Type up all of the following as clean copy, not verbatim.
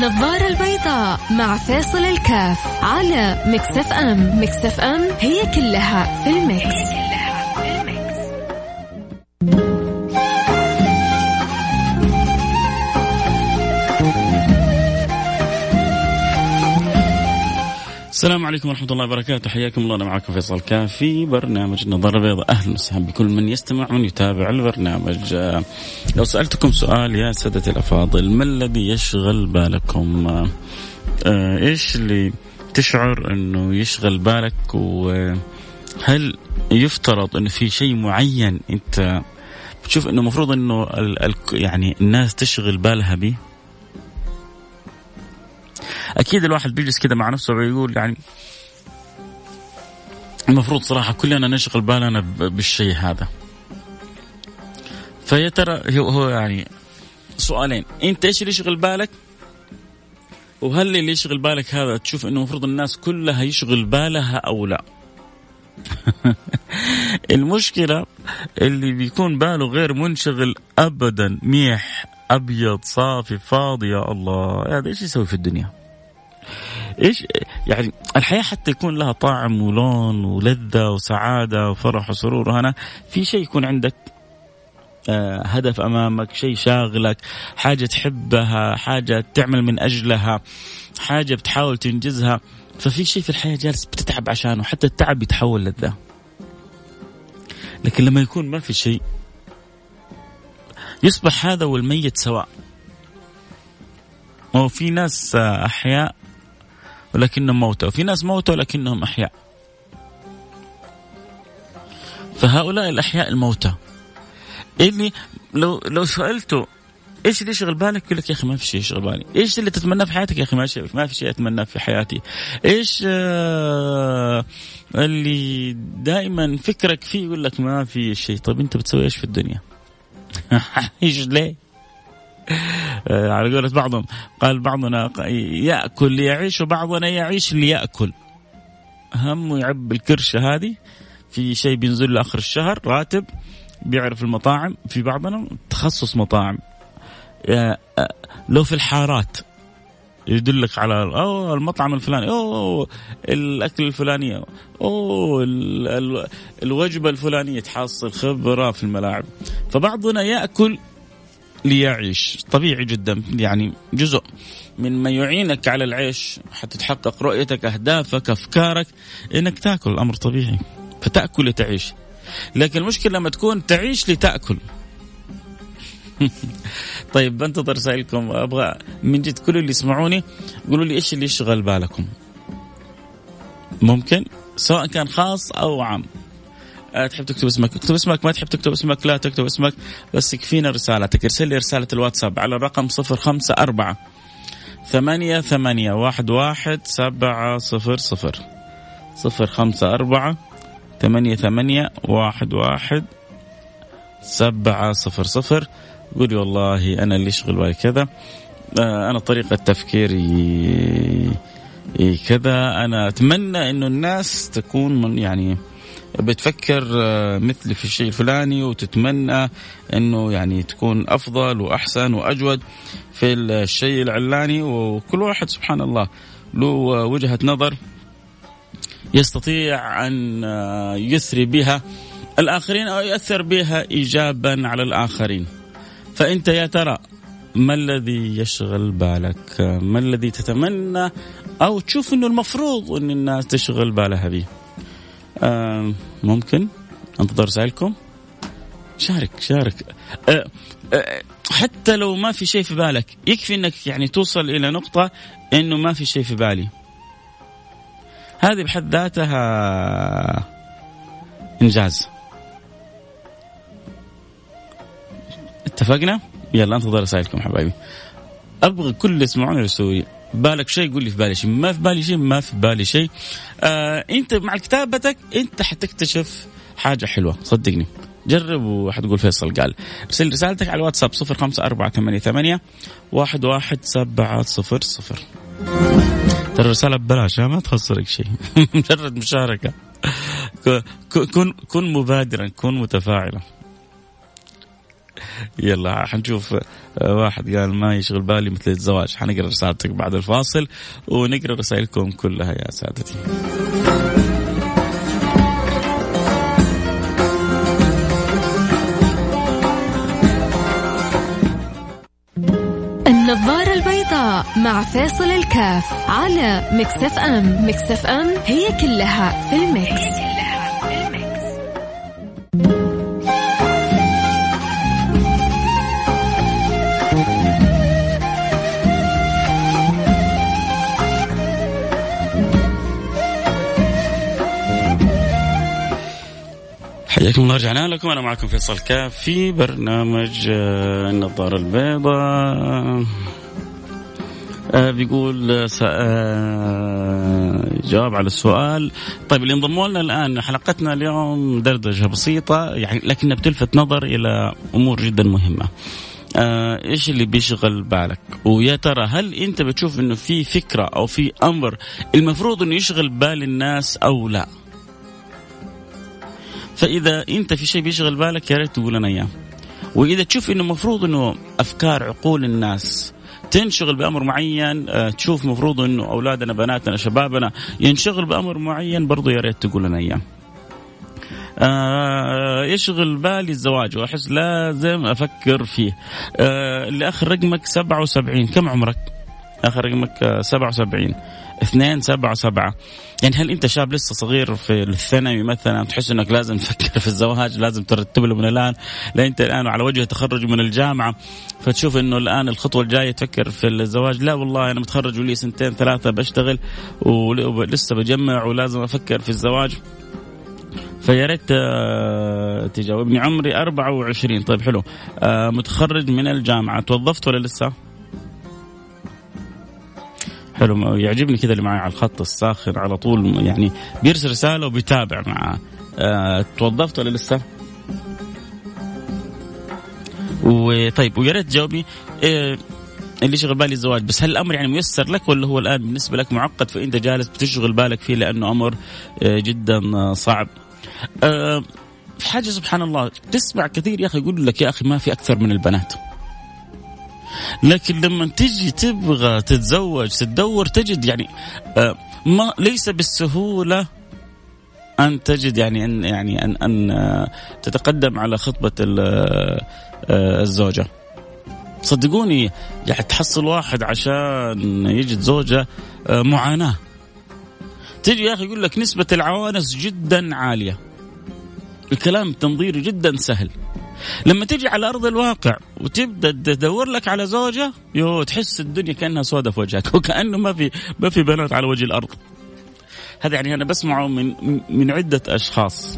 النظارة البيضاء مع فاصل الكاف على ميكس اف ام. ميكس اف ام هي كلها في الميكس. السلام عليكم ورحمة الله وبركاته. حياكم الله. أنا معكم فيصل كاف في برنامج النظارة البيضاء. أهلا وسهلا بكل من يستمع ومن يتابع البرنامج. لو سألتكم سؤال يا سادة الأفاضل، ما الذي يشغل بالكم؟ إيش اللي تشعر أنه يشغل بالك؟ وهل يفترض أنه في شيء معين أنت بتشوف أنه مفروض أنه يعني الناس تشغل بالها به؟ أكيد الواحد بيجلس كده مع نفسه ويقول يعني المفروض صراحة كلنا نشغل بالنا بالشيء هذا. فيا ترى هو يعني سؤالين، أنت إيش اللي يشغل بالك؟ وهل اللي يشغل بالك هذا تشوف إنه المفروض الناس كلها يشغل بالها أو لا؟ المشكلة اللي بيكون باله غير منشغل أبدا، ميح أبيض صافي فاضي، يا الله هذا إيش يسوي في الدنيا؟ إيش يعني الحياة حتى يكون لها طعم ولون ولذة وسعادة وفرح وسرور وهنا، في شيء يكون عندك هدف أمامك، شيء شاغلك، حاجة تحبها، حاجة تعمل من أجلها، حاجة بتحاول تنجزها. ففي شيء في الحياة جالس بتتعب عشانه، حتى التعب يتحول لذة. لكن لما يكون ما في شيء يصبح هذا والميت سواء. وفي ناس أحياء ولكنهم موتى، وفي ناس موتى ولكنهم أحياء. فهؤلاء الأحياء الموتى اللي لو سألته إيش اللي يشغل بالك، يقول لك يا أخي ما في شيء يشغل بالي. إيش اللي تتمنى في حياتك؟ يا أخي ما في شيء أتمنى في حياتي. إيش اللي دائما فكرك فيه؟ يقول لك ما في شيء. طيب أنت بتسوي إيش في الدنيا؟ إيش ليه؟ على قولة بعضهم، قال بعضنا يأكل ليعيش وبعضنا يعيش ليأكل. هم يعب الكرشة هذه في شيء بينزل له آخر الشهر راتب، بيعرف المطاعم، في بعضنا تخصص مطاعم. لو في الحارات يدلك على المطعم الفلاني، الأكل الفلانية، الوجبة الفلانية، تحصل خبرة في الملاعب. فبعضنا يأكل ليعيش، طبيعي جدا، يعني جزء من ما يعينك على العيش حتى تحقق رؤيتك، أهدافك، أفكارك، إنك تأكل، الأمر طبيعي. فتأكل لتعيش. لكن المشكلة لما تكون تعيش لتأكل. طيب بنتظر رسائلكم، أبغى من جد كل اللي يسمعوني قولوا لي إيش اللي يشغل بالكم. ممكن سواء كان خاص أو عام. تحب تكتب اسمك اكتب اسمك، ما تحب تكتب اسمك لا تكتب اسمك، بس يكفينا رسالتك. ارسل لي رسالة الواتساب على الرقم 054-88-11-700 054-88-11-700. قولي والله أنا اللي يشغل بالي كذا، أنا طريقة تفكيري كذا، أنا أتمنى إنه الناس تكون يعني بتفكر مثل في الشيء الفلاني، وتتمنى أنه يعني تكون أفضل وأحسن وأجود في الشيء العلاني. وكل واحد سبحان الله له وجهة نظر يستطيع أن يثري بها الآخرين أو يأثر بها إيجابا على الآخرين. فأنت يا ترى ما الذي يشغل بالك؟ ما الذي تتمنى أو تشوف أنه المفروض أن الناس تشغل بالها به؟ ممكن انتظر رسائلكم. شارك حتى لو ما في شيء في بالك، يكفي انك يعني توصل الى نقطة انه ما في شيء في بالي. هذه بحد ذاتها انجاز. اتفقنا؟ يلا انتظر رسائلكم حبايبي. ابغى كل اللي يسمعوني يسوي بالك شيء، قول لي في بالي شيء، ما في بالي شيء، ما في بالي شيء. انت مع كتابتك انت حتكتشف حاجة حلوة، صدقني. جرب وحتقول فيصل قال. ارسل رسالتك على الواتساب 0548811700. ترى الرسالة ببلاش، ما تخسرك شيء. مجرد مشاركة. كن مبادرا، كن متفاعلا. يلا حنشوف. واحد قال ما يشغل بالي مثل الزواج. حنقرأ رسالتك بعد الفاصل ونقرأ رسائلكم كلها يا سادتي. النظارة البيضاء مع فاصل الكاف على مكسف أم. مكسف أم هي كلها في المكس. حياكم الله. رجعنا لكم. أنا معكم فيصل كاف في برنامج النظارة البيضاء. بيقول جواب على السؤال. طيب اللي انضموا لنا الآن، حلقتنا اليوم دردشة بسيطة يعني لكنها بتلفت نظر إلى أمور جدا مهمة. إيش اللي بيشغل بالك؟ ويا ترى هل أنت بتشوف إنه في فكرة أو في أمر المفروض إنه يشغل بال الناس أو لا؟ فإذا أنت في شيء بيشغل بالك يا ريت تقول لنا إياه. وإذا تشوف إنه مفروض إنه أفكار عقول الناس تنشغل بأمر معين، تشوف مفروض إنه أولادنا بناتنا شبابنا ينشغل بأمر معين، برضو يا ريت تقول لنا إياه. يشغل بالي الزواج وأحس لازم أفكر فيه. اللي آخر رقمك 77، كم عمرك؟ آخر رقمك 77 277. يعني هل أنت شاب لسه صغير في الثانوي مثلا تحس أنك لازم تفكر في الزواج، لازم ترتب له من الآن؟ لا أنت الآن على وجه تخرج من الجامعة فتشوف أنه الآن الخطوة الجاية تفكر في الزواج؟ لا والله أنا متخرج ولي 2 3 بشتغل ولسه بجمع ولازم أفكر في الزواج. فيا ريت تجاوبني. عمري 24. طيب حلو. متخرج من الجامعة. توظفت ولا لسه؟ حلو. يعجبني كذا اللي معي على الخط الساخن على طول، يعني بيرسل رسالة وبيتابع معه. توظفت ولا لسه؟ وطيب ويا ريت تجاوبني اللي شغل بالي الزواج، بس هل الأمر يعني ميسر لك ولا هو الآن بالنسبة لك معقد فأنت جالس بتشغل بالك فيه لأنه أمر جدا صعب؟ في حاجة سبحان الله تسمع كثير يا أخي يقول لك يا أخي ما في أكثر من البنات، لكن لما تجي تبغى تتزوج تدور تجد يعني ما ليس بالسهولة أن تجد يعني أن تتقدم على خطبة الزوجة. صدقوني يعني تحصل واحد عشان يجد زوجة معاناة. تجي يا أخي يقول لك نسبة العوانس جدا عالية، الكلام التنظيري جدا سهل. لما تيجي على أرض الواقع وتبدأ تدور لك على زوجة تحس الدنيا كأنها سودة في وجهك وكأنه ما في بنات على وجه الأرض. هذا يعني أنا بسمعه من عدة أشخاص.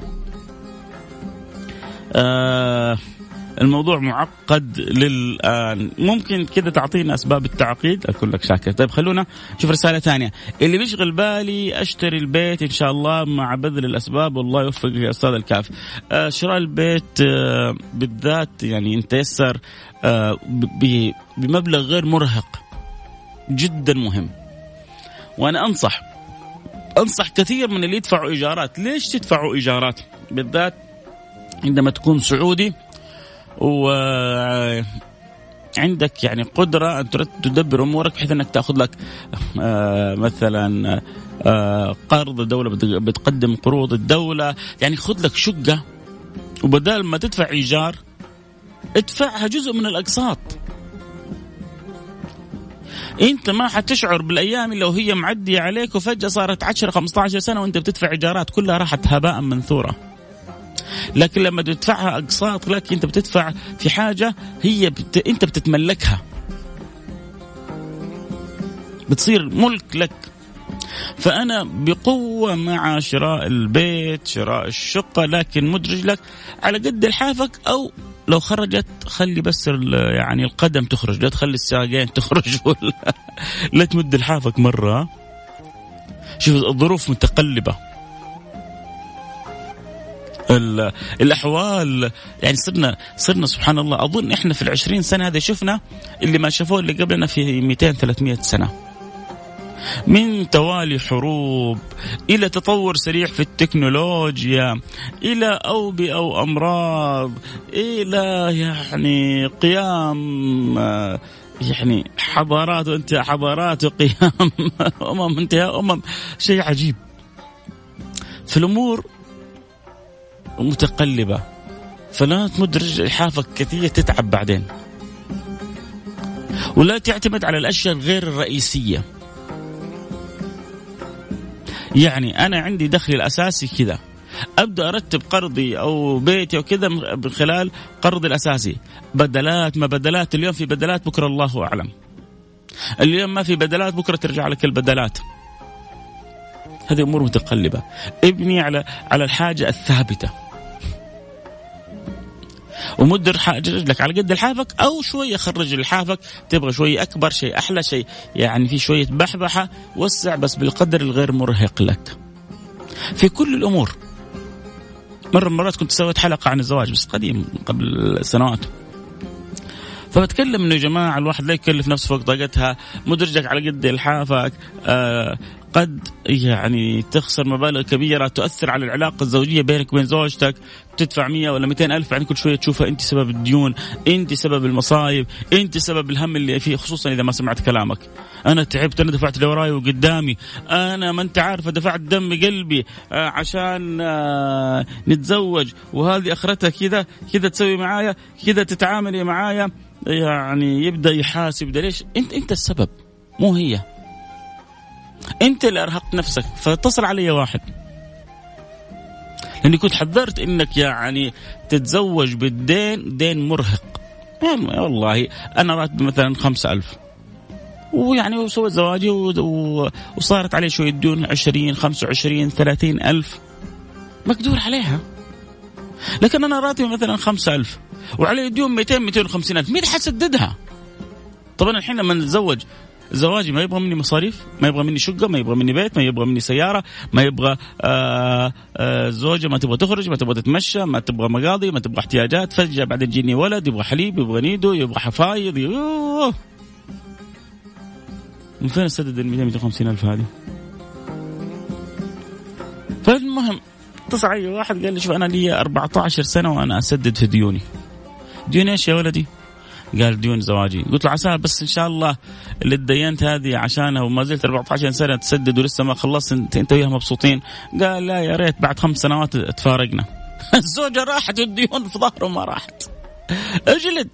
الموضوع معقد للآن. ممكن كده تعطينا أسباب التعقيد؟ أقول لك شاكر. طيب خلونا نشوف رسالة ثانية. اللي بيشغل بالي أشتري البيت إن شاء الله مع بذل الأسباب والله يوفق يا أستاذ الكاف. شراء البيت بالذات يعني إن تيسر بمبلغ غير مرهق جدا مهم. وأنا أنصح كثير من اللي يدفعوا إيجارات. ليش تدفعوا إيجارات بالذات عندما تكون سعودي وعندك يعني قدرة أن تدبر أمورك بحيث أنك تأخذ لك مثلا قرض الدولة، بتقدم قروض الدولة، يعني خذ لك شقة وبدال ما تدفع إيجار ادفعها جزء من الأقساط. انت ما حتشعر بالايام لو هي معدية عليك وفجأة صارت 10-15 سنة وانت بتدفع إيجارات كلها راحت هباء منثورة. لكن لما تدفعها أقساط لك أنت بتدفع في حاجة هي أنت بتتملكها، بتصير ملك لك. فأنا بقوة مع شراء البيت، شراء الشقة، لكن مدرج لك على قد لحافك، أو لو خرجت خلي بس يعني القدم تخرج، لا تخلي الساقين تخرج لا تمد لحافك مرة. شوف الظروف متقلبة، الأحوال يعني صرنا سبحان الله. أظن إحنا في 20 سنة هذه شفنا اللي ما شافوه اللي قبلنا في 200-300 سنة. من توالي حروب إلى تطور سريع في التكنولوجيا، إلى أوبئة أو أمراض، إلى يعني قيام يعني حضارات وقيام انتهاء شيء عجيب. في الأمور متقلبة، فلا تمد لحافك كثير تتعب بعدين، ولا تعتمد على الأشياء الغير الرئيسية. يعني أنا عندي دخلي الأساسي كذا، أبدأ أرتب قرضي أو بيتي أو كذا من خلال قرضي الأساسي. بدلات ما بدلات، اليوم في بدلات بكرة الله أعلم، اليوم ما في بدلات بكرة ترجع لك البدلات. هذه أمور متقلبة. ابني على الحاجة الثابتة، ومد رجلك على قد لحافك، أو شوية خرج لحافك. تبغى شوية أكبر، شيء أحلى، شيء يعني في شوية بحبحة، وسع بس بالقدر الغير مرهق لك في كل الأمور. مرات كنت سويت حلقة عن الزواج بس قديم قبل سنوات، فبتكلم إنه يا جماعة الواحد لا يكلف نفسه فوق طاقتها. مدرجك على قد لحافك قد يعني تخسر مبالغ كبيرة تؤثر على العلاقة الزوجية بينك وبين زوجتك. تدفع 100 ولا 200 ألف، يعني كل شوية تشوفها أنت سبب الديون، أنت سبب المصايب، أنت سبب الهم اللي فيه، خصوصا إذا ما سمعت كلامك. أنا تعبت، أنا دفعت اللي وراي وقدامي، أنا ما أنت عارفة دفعت دم قلبي عشان نتزوج، وهذه أخرتها كذا كذا تسوي معايا كذا تتعاملي معايا. يعني يبدأ يحاسب، ليش أنت السبب مو هي، أنت اللي أرهقت نفسك. فاتصل علي واحد لأني كنت حذرت إنك يعني تتزوج بالدين، دين مرهق. يعني والله أنا راتب مثلا 5,000، ويعني وسويت زواجي وصارت عليه شوية ديون 20 25 30 ألف مقدور عليها. لكن أنا راتب مثلا 5,000 وعليه ديون 200 250 ألف، مين حسددها؟ طبعا الحين لما نتزوج زواجي ما يبغى مني مصاريف، ما يبغى مني شقة، ما يبغى مني بيت، ما يبغى مني سيارة، ما يبغى زوجة ما تبغى تخرج، ما تبغى تتمشى، ما تبغى مقاضي، ما تبغى احتياجات. فجأة بعدين يجيني ولد يبغى حليب، يبغى نيدو، يبغى حفايض. من فين أسدد 250 ألف هذه؟ فالمهم اتصل علي واحد قال لي شوف أنا لي 14 سنة وأنا أسدد في ديوني. ديون إيش يا ولدي؟ قال ديون زواجي. قلت له عساها بس إن شاء الله اللي تدينت هذه عشانها وما زلت 14 سنة تسدد ولسه ما خلصت أنت وياها مبسوطين. قال لا يا ريت بعد 5 سنوات تفارقنا. الزوجة راحت والديون في ظهره ما راحت. اجلد،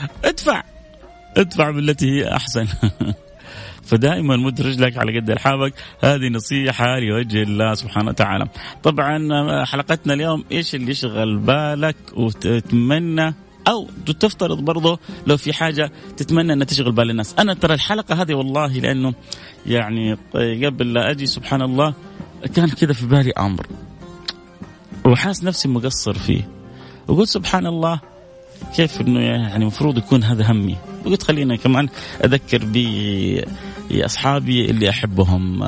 ادفع بالتي هي أحسن. فدائما مد رجلك على قد لحافك. هذه نصيحة لوجه الله سبحانه وتعالى. طبعا حلقتنا اليوم إيش اللي يشغل بالك وتتمنى أو تفترض برضو لو في حاجة تتمنى أن تشغل بال الناس. أنا ترى الحلقة هذه والله لأنه يعني قبل لا أجي سبحان الله كان كذا في بالي أمر وحاس نفسي مقصر فيه، وقلت سبحان الله كيف أنه يعني مفروض يكون هذا همي. وقلت خلينا كمان أذكر بأصحابي اللي أحبهم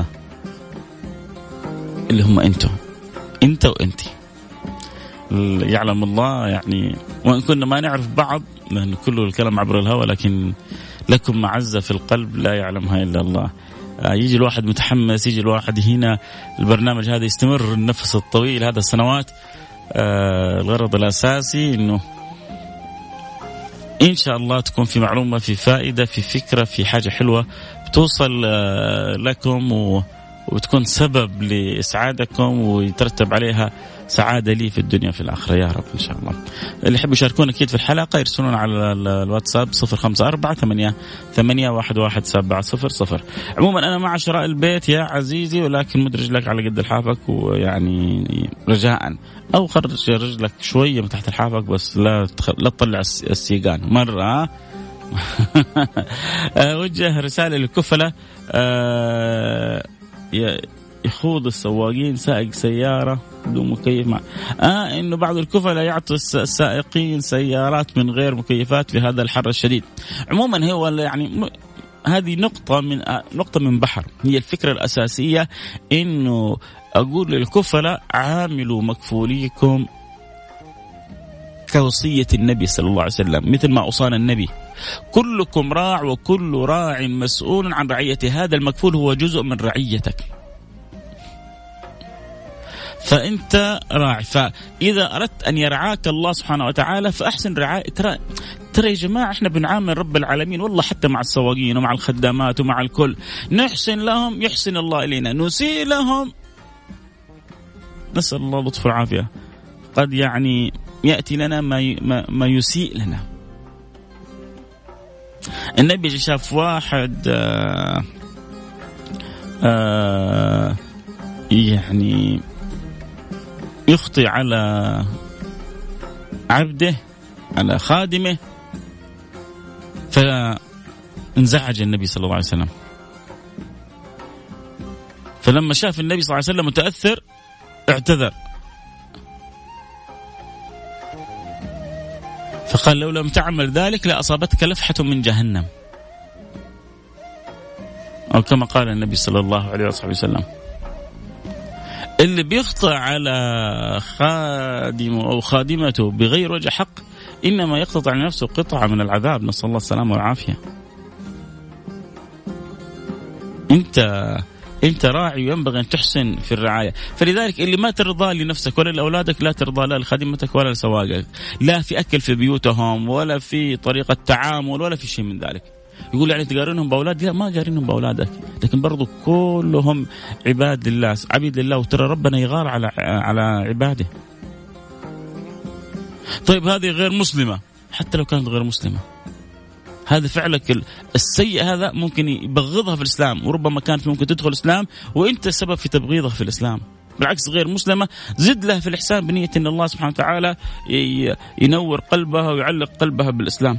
اللي هم أنت وأنتي. يعلم الله يعني وإن كنا ما نعرف بعض لأن كله الكلام عبر الهوى، لكن لكم معزة في القلب لا يعلمها إلا الله. يجي الواحد متحمس، يجي الواحد هنا البرنامج هذا يستمر النفس الطويل هذا السنوات. الغرض الأساسي إنه إن شاء الله تكون في معلومة، في فائدة، في فكرة، في حاجة حلوة بتوصل لكم وتكون سبب لإسعادكم ويترتب عليها سعادة لي في الدنيا في الآخرة يا رب إن شاء الله. اللي يحب يشاركون أكيد في الحلقة يرسلون على الواتساب 0548811700. عموما أنا مع شراء البيت يا عزيزي، ولكن مد رجلك على قد لحافك، ويعني رجاء أو خرج رجلك شوية من تحت لحافك بس لا تطلع السيقان مرة. وجه رسالة للكفلة يخوض السواقين سائق سيارة بدون مكيف إنه بعض الكفلة يعطي السائقين سيارات من غير مكيفات في هذا الحر الشديد. عموما هو يعني هذه نقطة من بحر. هي الفكرة الأساسية إنه أقول للكفلة عاملوا مكفوليكم كوصية النبي صلى الله عليه وسلم، مثل ما أوصانا النبي كلكم راع وكل راع مسؤول عن رعيته. هذا المكفول هو جزء من رعيتك، فأنت راعي. فإذا أردت أن يرعاك الله سبحانه وتعالى فأحسن رعاية. ترى يا جماعة إحنا بنعامل رب العالمين والله حتى مع السواقين ومع الخدامات ومع الكل، نحسن لهم يحسن الله إلينا، نسيء لهم نسأل الله لطف العافية، قد يعني يأتي لنا ما يسيء لنا. النبي شاف واحد يعني يخطي على عبده على خادمه، فانزعج النبي صلى الله عليه وسلم. فلما شاف النبي صلى الله عليه وسلم متأثر اعتذر، فقال لو لم تعمل ذلك لأصابتك لفحة من جهنم، أو كما قال النبي صلى الله عليه وسلم. اللي بيخطئ على خادمه أو خادمته بغير وجه حق إنما يقتطع لنفسه قطعة من العذاب، نسأل الله السلامة والعافية. أنت راعي وينبغي أن تحسن في الرعاية. فلذلك اللي ما ترضى لنفسك ولا لأولادك لا ترضى لا لخدمتك ولا لسواقك، لا في أكل في بيوتهم ولا في طريقة تعامل ولا في شيء من ذلك. يقول يعني تقارنهم بأولاد؟ لا، ما قارنهم بأولادك، لكن برضو كلهم عباد لله عبيد لله، وترى ربنا يغار على عباده. طيب هذه غير مسلمة، حتى لو كانت غير مسلمة هذا فعلك السيء هذا ممكن يبغضها في الإسلام، وربما كانت ممكن تدخل الإسلام وإنت السبب في تبغيضها في الإسلام. بالعكس غير مسلمة زد لها في الإحسان بنية أن الله سبحانه وتعالى ينور قلبها ويعلق قلبها بالإسلام.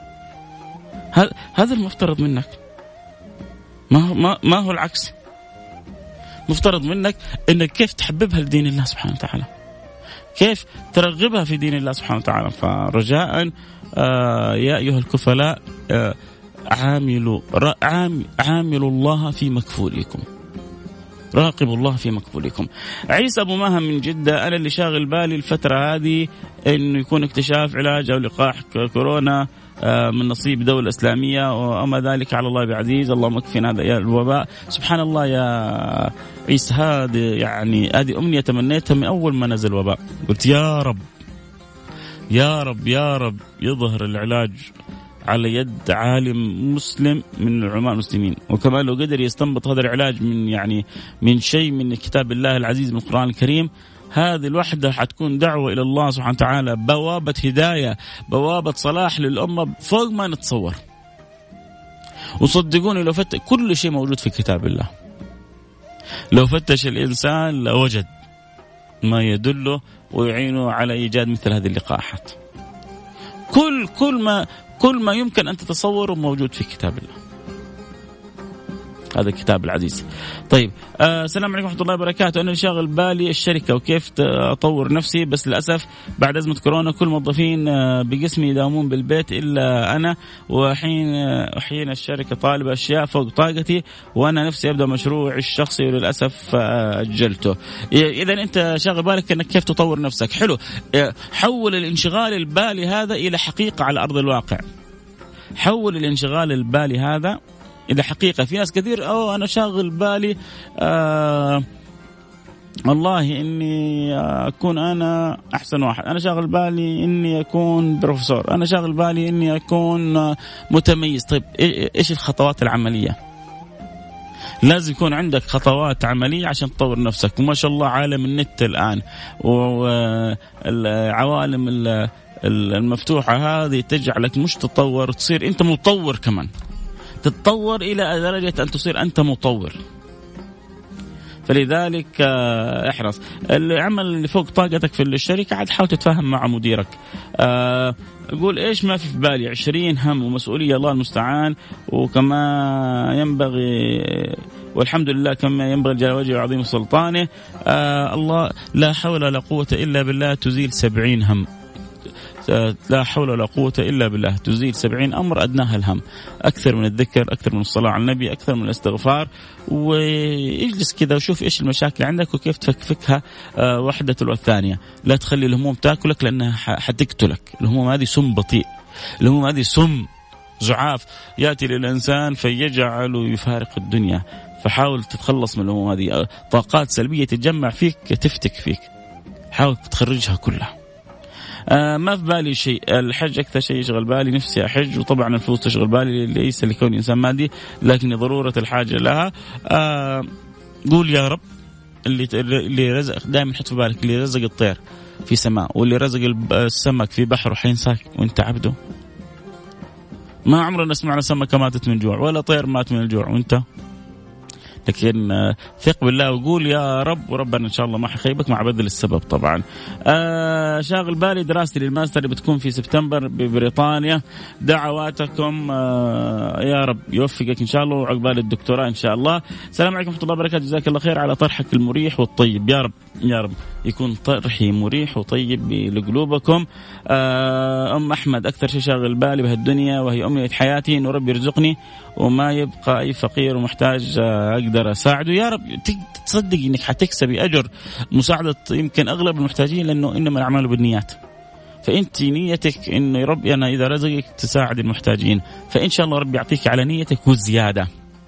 هذا المفترض منك، ما هو العكس. مفترض منك أنك كيف تحببها لدين الله سبحانه وتعالى، كيف ترغبها في دين الله سبحانه وتعالى. فرجاء يا أيها الكفلاء عاملوا الله في مكفولكم، راقبوا الله في مكفولكم. عيسى أبو ماهم من جدة: أنا اللي شاغل بالي الفترة هذه إنه يكون اكتشاف علاج أو لقاح كورونا من نصيب دولة إسلامية، وأما ذلك على الله بعزيز، اللهم اكفنا هذا الوباء. سبحان الله يا عيسى، هذه أمنية تمنيتها من أول ما نزل الوباء، قلت يا رب يا رب يا رب يظهر العلاج على يد عالم مسلم من العلماء المسلمين، وكمان لو قدر يستنبط هذا العلاج من شيء من كتاب الله العزيز من القرآن الكريم، هذه الوحدة حتكون دعوة إلى الله سبحانه وتعالى، بوابة هداية، بوابة صلاح للأمة فوق ما نتصور. وصدقوني لو فتش كل شيء موجود في كتاب الله، لو فتش الإنسان لوجد ما يدله ويعينه على إيجاد مثل هذه اللقاحات. كل ما يمكن أن تتصوره موجود في كتاب الله، هذا الكتاب العزيز. طيب السلام عليكم ورحمة الله وبركاته. أنا شاغل بالي الشركة وكيف أطور نفسي، بس للأسف بعد أزمة كورونا كل موظفين بقسمي يداومون بالبيت إلا أنا، وحين الشركة طالبة أشياء فوق طاقتي، وأنا نفسي أبدأ مشروع الشخصي وللأسف أجلته. إذا أنت شاغل بالك أنك كيف تطور نفسك، حلو، حول الانشغال البالي هذا إلى حقيقة على أرض الواقع. حول الانشغال البالي هذا إذا حقيقة. في ناس كثير أنا شاغل بالي والله إني أكون أنا أحسن واحد، أنا شاغل بالي إني أكون بروفيسور، أنا شاغل بالي إني أكون متميز. طيب إيش الخطوات العملية؟ لازم يكون عندك خطوات عملية عشان تطور نفسك. وما شاء الله عالم النت الآن والعوالم المفتوحة هذه تجعلك مش تطور، تصير أنت مطور كمان، تتطور إلى درجة أن تصير أنت مطور. فلذلك احرص. العمل اللي فوق طاقتك في الشركة عاد حاول تتفاهم مع مديرك. أقول إيش ما في بالي 20 هم ومسؤولية، الله المستعان. وكما ينبغي والحمد لله كما ينبغي جل وجهه وعظيم سلطانه. الله لا حول ولا قوة إلا بالله تزيل 70 هم، لا حول ولا قوة إلا بالله تزيل 70 أمر أدناها الهم. أكثر من الذكر، أكثر من الصلاة على النبي، أكثر من الاستغفار، واجلس كذا وشوف إيش المشاكل عندك وكيف تفكها واحدة والثانية. لا تخلي الهموم تأكلك لأنها حتقتلك. الهموم هذه سم بطيء، الهموم هذه سم زعاف يأتي للإنسان فيجعله يفارق الدنيا. فحاول تتخلص من الأمور هذه. طاقات سلبية تتجمع فيك تفتك فيك، حاول تخرجها كلها. ما في بالي شيء، الحج أكثر شيء يشغل بالي، نفسي أحج، وطبعا الفلوس تشغل بالي، ليس لكون إنسان مادي لكن ضرورة الحاجة لها. قول يا رب اللي رزق، دائما حط في بالك اللي رزق الطير في سماء واللي رزق السمك في بحر وحينساك وانت عبده. ما عمرنا سمعنا سمكة ماتت من جوع ولا طير مات من الجوع وانت، لكن ثق بالله وقول يا رب، وربنا إن شاء الله ما حيخيبك مع بذل السبب. طبعا شاغل بالي دراستي للماستر اللي بتكون في سبتمبر ببريطانيا، دعواتكم يا رب يوفقك إن شاء الله، وعقبال الدكتوراه إن شاء الله. السلام عليكم ورحمة الله وبركاته، جزاك الله خير على طرحك المريح والطيب. يا رب يا رب يكون طرحي مريح وطيب لقلوبكم. أم أحمد، أكثر شيء شاغل بالي بهالدنيا وهي أمنية حياتي إنه رب يرزقني وما يبقى أي فقير ومحتاج أقدر أساعده. يا رب تصدق إنك حتكسبي أجر مساعدة يمكن أغلب المحتاجين، لأنه إنما الأعمال بالنيات. فأنت نيتك إنه يا رب أنا إذا رزقك تساعد المحتاجين، فإن شاء الله ربي يعطيك على نيتك والزيادة.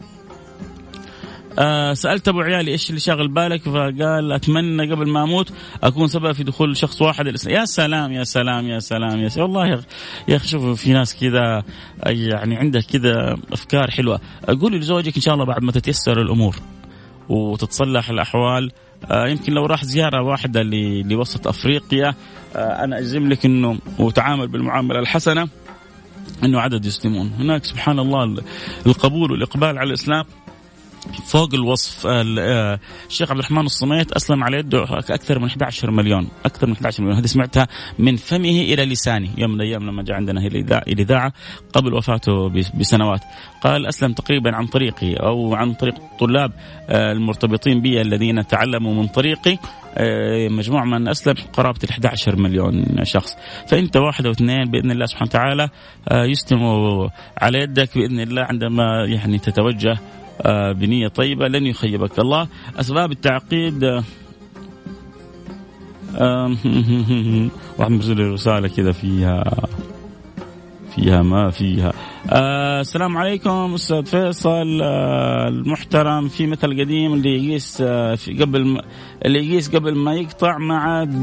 سألت أبو عيالي إيش اللي شاغل بالك، فقال أتمنى قبل ما أموت أكون سبب في دخول شخص واحد الإسلام. يا سلام يا سلام يا سلام يا سلام. والله يا أخي شوفوا في ناس كذا يعني عندك كذا أفكار حلوة. قولي لزوجك إن شاء الله بعد ما تتيسر الأمور وتتصلح الأحوال، يمكن لو راح زيارة واحدة لوسط أفريقيا، أنا أجزم لك إنه وتعامل بالمعاملة الحسنة إنه عدد يسلمون هناك. سبحان الله القبول والإقبال على الإسلام فوق الوصف. الشيخ عبد الرحمن الصميت أسلم على يده أكثر من 11 مليون، أكثر من 11 مليون. هذه سمعتها من فمه إلى لسانه يوم من الأيام لما جاء عندنا الإذاعة قبل وفاته بسنوات. قال أسلم تقريبا عن طريقي أو عن طريق الطلاب المرتبطين بي الذين تعلموا من طريقي، مجموع من أسلم قرابة 11 مليون شخص. فأنت واحد أو اثنين بإذن الله سبحانه وتعالى يسلموا على يدك بإذن الله، عندما يعني تتوجه بنية طيبة لن يخيبك الله. أسباب التعقيد واحد مرسل رسالة كذا فيها ما فيها. السلام عليكم أستاذ فيصل المحترم، في مثل قديم اللي يقيس قبل ما يقطع ما عاد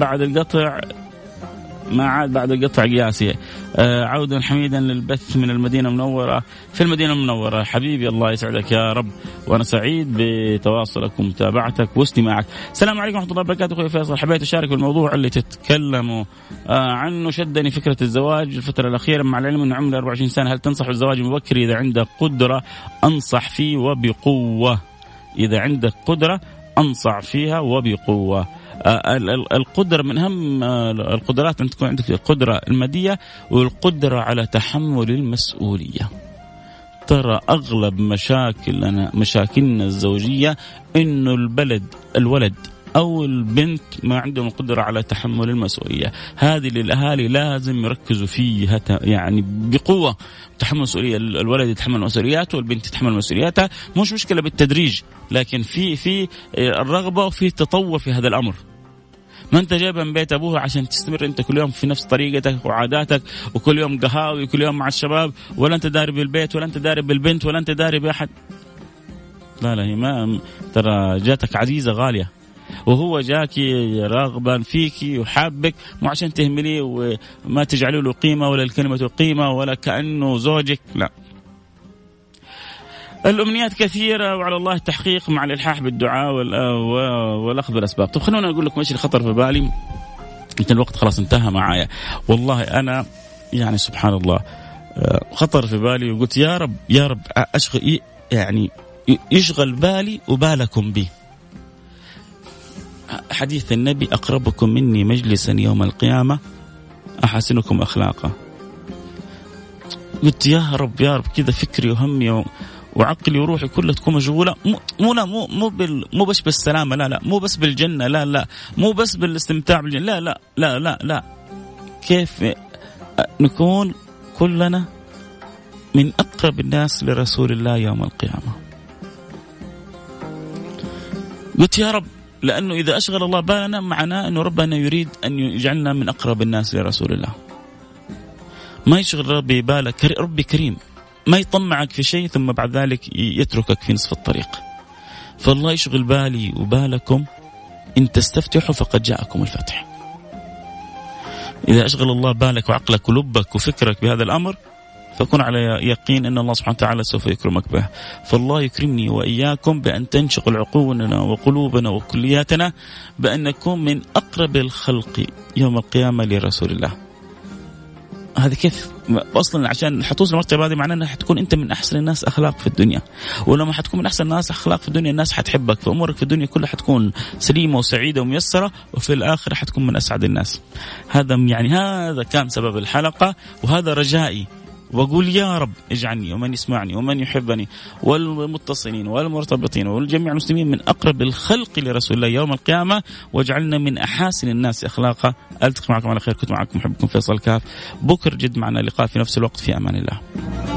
بعد القطع قياسي. عودا حميدا للبث من المدينة المنورة، في المدينة المنورة. حبيبي الله يسعدك يا رب، وأنا سعيد بتواصلك ومتابعتك واستماعك. السلام عليكم ورحمة الله وبركاته. أخوي فيصل، حبيت أشارك بالموضوع اللي تتكلموا عنه. شدني فكرة الزواج الفترة الأخيرة، مع العلم أنه عمري 24 سنة. هل تنصح بالزواج المبكر إذا عندك قدرة؟ أنصح فيه وبقوة. إذا عندك قدرة أنصح فيها وبقوة. القدرة من أهم القدرات أن تكون عندك القدرة المادية والقدرة على تحمل المسؤولية. ترى أغلب مشاكلنا الزوجية إنه الولد أو البنت ما عندهم القدرة على تحمل المسؤولية. هذه للأهالي لازم يركزوا فيها يعني بقوة. تحمل مسؤولية، الولد يتحمل مسؤولياته والبنت تتحمل مسؤولياتها، مش مشكلة بالتدريج، لكن في الرغبة وفي التطور في هذا الأمر. ما أنت جايبها من بيت أبوها عشان تستمر أنت كل يوم في نفس طريقتك وعاداتك وكل يوم قهاوي وكل يوم مع الشباب، ولا أنت داري بالبيت ولا أنت داري بالبنت ولا أنت داري بأحد. لا هي ما ترى جاتك عزيزة غالية، وهو جاكي راغبا فيكي وحابك، مو عشان تهمليه وما تجعلوا له قيمة ولا الكلمة قيمة ولا كأنه زوجك. لا، الأمنيات كثيرة وعلى الله التحقيق مع الإلحاح بالدعاء والأخذ بالأسباب. طب خلونا أقول لكم إيش اللي خطر في بالي. أنت الوقت خلاص انتهى معايا والله. أنا يعني سبحان الله خطر في بالي وقلت يا رب أشغل يعني يشغل بالي وبالكم بي. حديث النبي أقربكم مني مجلسا يوم القيامة أحسنكم أخلاقا. قلت يا رب كذا فكري وهمي وعقلي وروحي كلها تكون مشغولة، مو بس بالسلامة، لا مو بس بالجنة، لا مو بس بالاستمتاع بالجنة، لا كيف نكون كلنا من أقرب الناس لرسول الله يوم القيامة. قلت يا رب، لأنه إذا أشغل الله بالنا معناه أنه ربنا يريد أن يجعلنا من أقرب الناس لرسول الله. ما يشغل ربي بالك، ربي كريم ما يطمعك في شيء ثم بعد ذلك يتركك في نصف الطريق. فالله يشغل بالي وبالكم إن تستفتحوا فقد جاءكم الفتح. إذا أشغل الله بالك وعقلك ولبك وفكرك بهذا الأمر فكن على يقين أن الله سبحانه وتعالى سوف يكرمك به. فالله يكرمني وإياكم بأن تنشغل عقولنا وقلوبنا وكلياتنا بأن نكون من أقرب الخلق يوم القيامة لرسول الله. هذا كيف أصلا عشان حتوصل المرتبة هذه معناه أنها حتكون أنت من أحسن الناس أخلاق في الدنيا، ولما حتكون من أحسن الناس أخلاق في الدنيا الناس حتحبك، فأمورك في الدنيا كلها حتكون سليمة وسعيدة وميسرة، وفي الآخرة حتكون من أسعد الناس. هذا يعني هذا كان سبب الحلقة وهذا رجائي، وأقول يا رب اجعلني ومن يسمعني ومن يحبني والمتصلين والمرتبطين والجميع المسلمين من أقرب الخلق لرسول الله يوم القيامة، واجعلنا من أحاسن الناس أخلاقا. ألتقي معكم على خير، كنت معكم محبكم فيصل كاف. بكر جد معنا لقاء في نفس الوقت، في أمان الله.